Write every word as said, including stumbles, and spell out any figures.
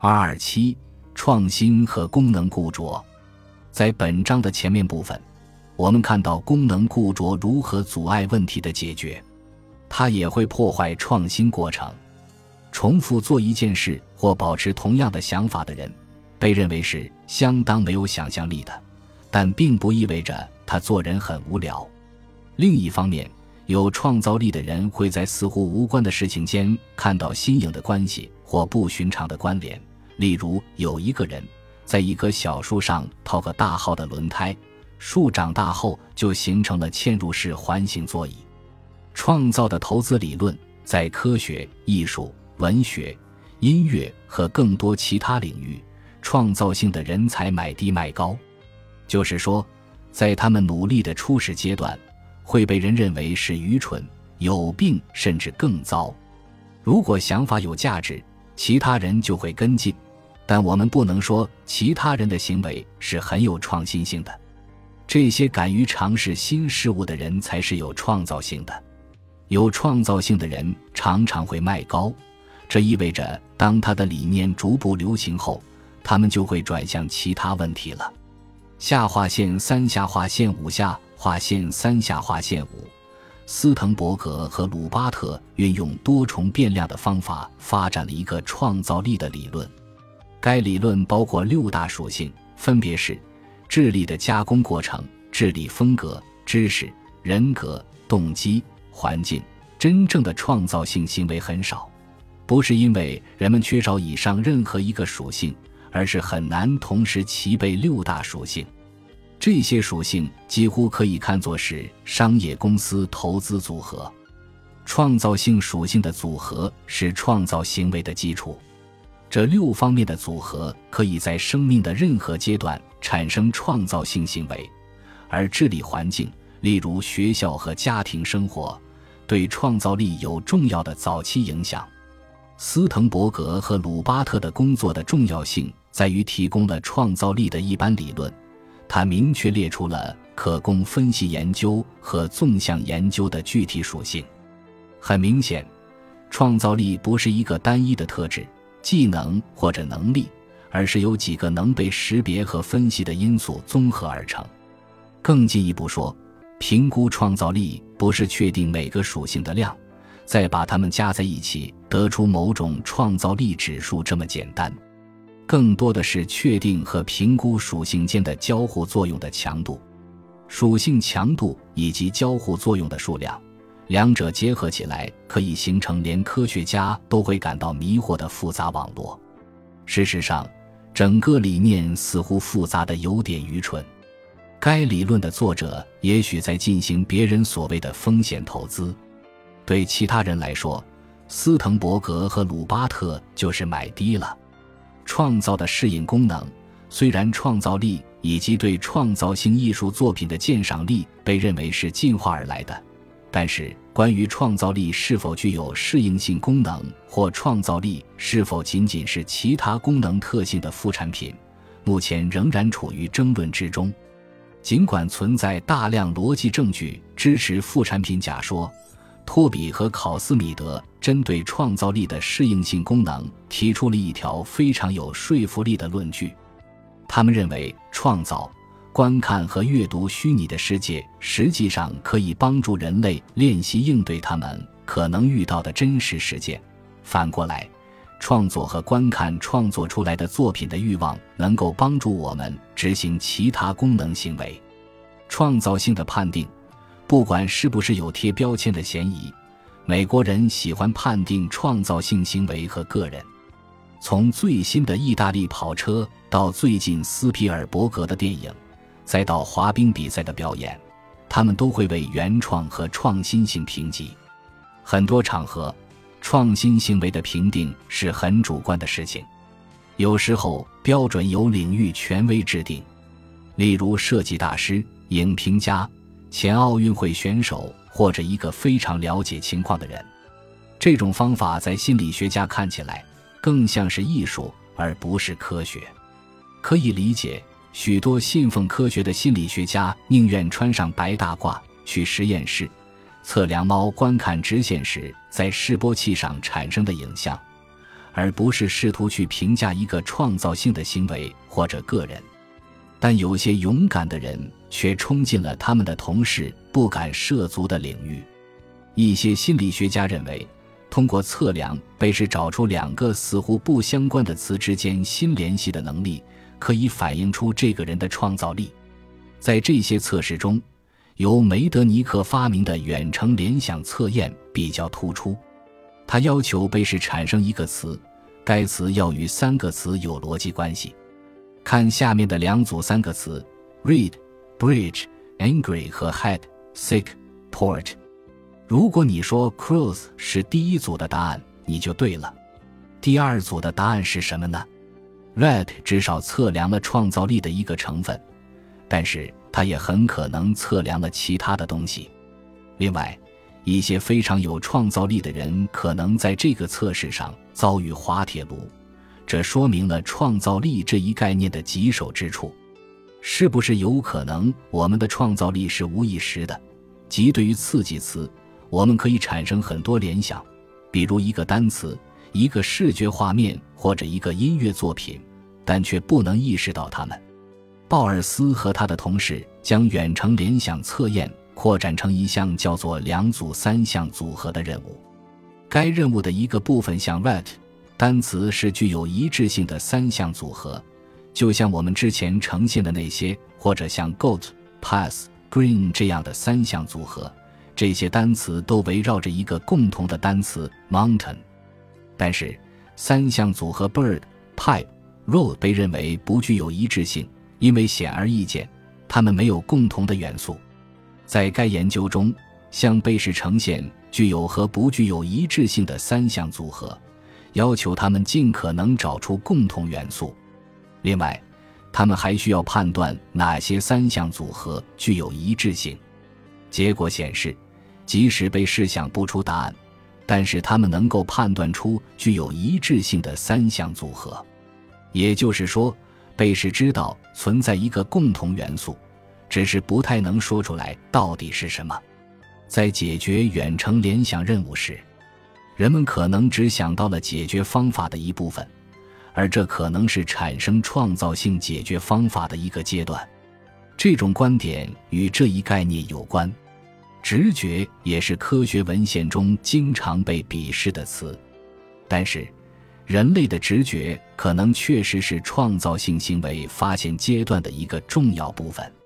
二二七创新和功能固着。在本章的前面部分，我们看到功能固着如何阻碍问题的解决，它也会破坏创新过程。重复做一件事或保持同样的想法的人，被认为是相当没有想象力的，但并不意味着他做人很无聊。另一方面，有创造力的人会在似乎无关的事情间看到新颖的关系或不寻常的关联。例如，有一个人在一棵小树上套个大号的轮胎，树长大后就形成了嵌入式环形座椅。创造的投资理论在科学、艺术、文学、音乐和更多其他领域，创造性的人才买低卖高。就是说，在他们努力的初始阶段，会被人认为是愚蠢、有病，甚至更糟。如果想法有价值，其他人就会跟进，但我们不能说其他人的行为是很有创新性的。这些敢于尝试新事物的人才是有创造性的。有创造性的人常常会卖高，这意味着当他的理念逐步流行后，他们就会转向其他问题了。下划线三下划线五下划线三下划线五，斯滕伯格和鲁巴特运用多重变量的方法发展了一个创造力的理论。该理论包括六大属性，分别是智力的加工过程、智力风格、知识、人格、动机、环境。真正的创造性行为很少，不是因为人们缺少以上任何一个属性，而是很难同时齐备六大属性。这些属性几乎可以看作是商业公司投资组合。创造性属性的组合是创造行为的基础。这六方面的组合可以在生命的任何阶段产生创造性行为，而智力环境，例如学校和家庭生活，对创造力有重要的早期影响。斯滕伯格和鲁巴特的工作的重要性在于提供了创造力的一般理论，它明确列出了可供分析研究和纵向研究的具体属性。很明显，创造力不是一个单一的特质、技能或者能力，而是由几个能被识别和分析的因素综合而成。更进一步说，评估创造力不是确定每个属性的量，再把它们加在一起得出某种创造力指数这么简单，更多的是确定和评估属性间的交互作用的强度、属性强度以及交互作用的数量，两者结合起来可以形成连科学家都会感到迷惑的复杂网络。事实上，整个理念似乎复杂的有点愚蠢。该理论的作者也许在进行别人所谓的风险投资。对其他人来说，斯滕伯格和鲁巴特就是买低了。创造的适应功能，虽然创造力以及对创造性艺术作品的鉴赏力被认为是进化而来的，但是关于创造力是否具有适应性功能，或创造力是否仅仅是其他功能特性的副产品，目前仍然处于争论之中。尽管存在大量逻辑证据支持副产品假说，托比和考斯米德针对创造力的适应性功能提出了一条非常有说服力的论据。他们认为创造、观看和阅读虚拟的世界实际上可以帮助人类练习应对他们可能遇到的真实事件。反过来，创作和观看创作出来的作品的欲望能够帮助我们执行其他功能行为。创造性的判定，不管是不是有贴标签的嫌疑，美国人喜欢判定创造性行为和个人。从最新的意大利跑车到最近斯皮尔伯格的电影，再到滑冰比赛的表演，他们都会为原创和创新性评级。很多场合，创新行为的评定是很主观的事情，有时候标准由领域权威制定，例如设计大师、影评家、前奥运会选手或者一个非常了解情况的人。这种方法在心理学家看起来更像是艺术而不是科学。可以理解，许多信奉科学的心理学家宁愿穿上白大褂去实验室测量猫观看直线时在示波器上产生的影像， 而不是试图去评价一个创造性的行为或者个人。但有些勇敢的人却冲进了他们的同事不敢涉足的领域。一些心理学家认为，通过测量贝氏找出两个似乎不相关的词之间新联系的能力，可以反映出这个人的创造力。在这些测试中，由梅德尼克发明的远程联想测验比较突出。他要求贝氏产生一个词，该词要与三个词有逻辑关系。看下面的两组三个词 read, bridge, angry 和 head, sick, port。 如果你说 cruise 是第一组的答案，你就对了。第二组的答案是什么呢？ read 至少测量了创造力的一个成分，但是它也很可能测量了其他的东西。另外，一些非常有创造力的人可能在这个测试上遭遇滑铁卢，这说明了创造力这一概念的棘手之处。是不是有可能我们的创造力是无意识的，即对于刺激词，我们可以产生很多联想，比如一个单词、一个视觉画面或者一个音乐作品，但却不能意识到它们。鲍尔斯和他的同事将远程联想测验扩展成一项叫做两组三项组合的任务。该任务的一个部分像 rat 单词是具有一致性的三项组合，就像我们之前呈现的那些，或者像 goat, pass, green 这样的三项组合，这些单词都围绕着一个共同的单词 mountain。 但是三项组合 bird, pipe, road 被认为不具有一致性，因为显而易见，它们没有共同的元素。在该研究中，向贝氏呈现具有和不具有一致性的三项组合，要求他们尽可能找出共同元素。另外，他们还需要判断哪些三项组合具有一致性。结果显示，即使贝氏想不出答案，但是他们能够判断出具有一致性的三项组合。也就是说，贝氏知道存在一个共同元素，只是不太能说出来到底是什么。在解决远程联想任务时，人们可能只想到了解决方法的一部分，而这可能是产生创造性解决方法的一个阶段。这种观点与这一概念有关。直觉也是科学文献中经常被鄙视的词，但是人类的直觉可能确实是创造性行为发现阶段的一个重要部分。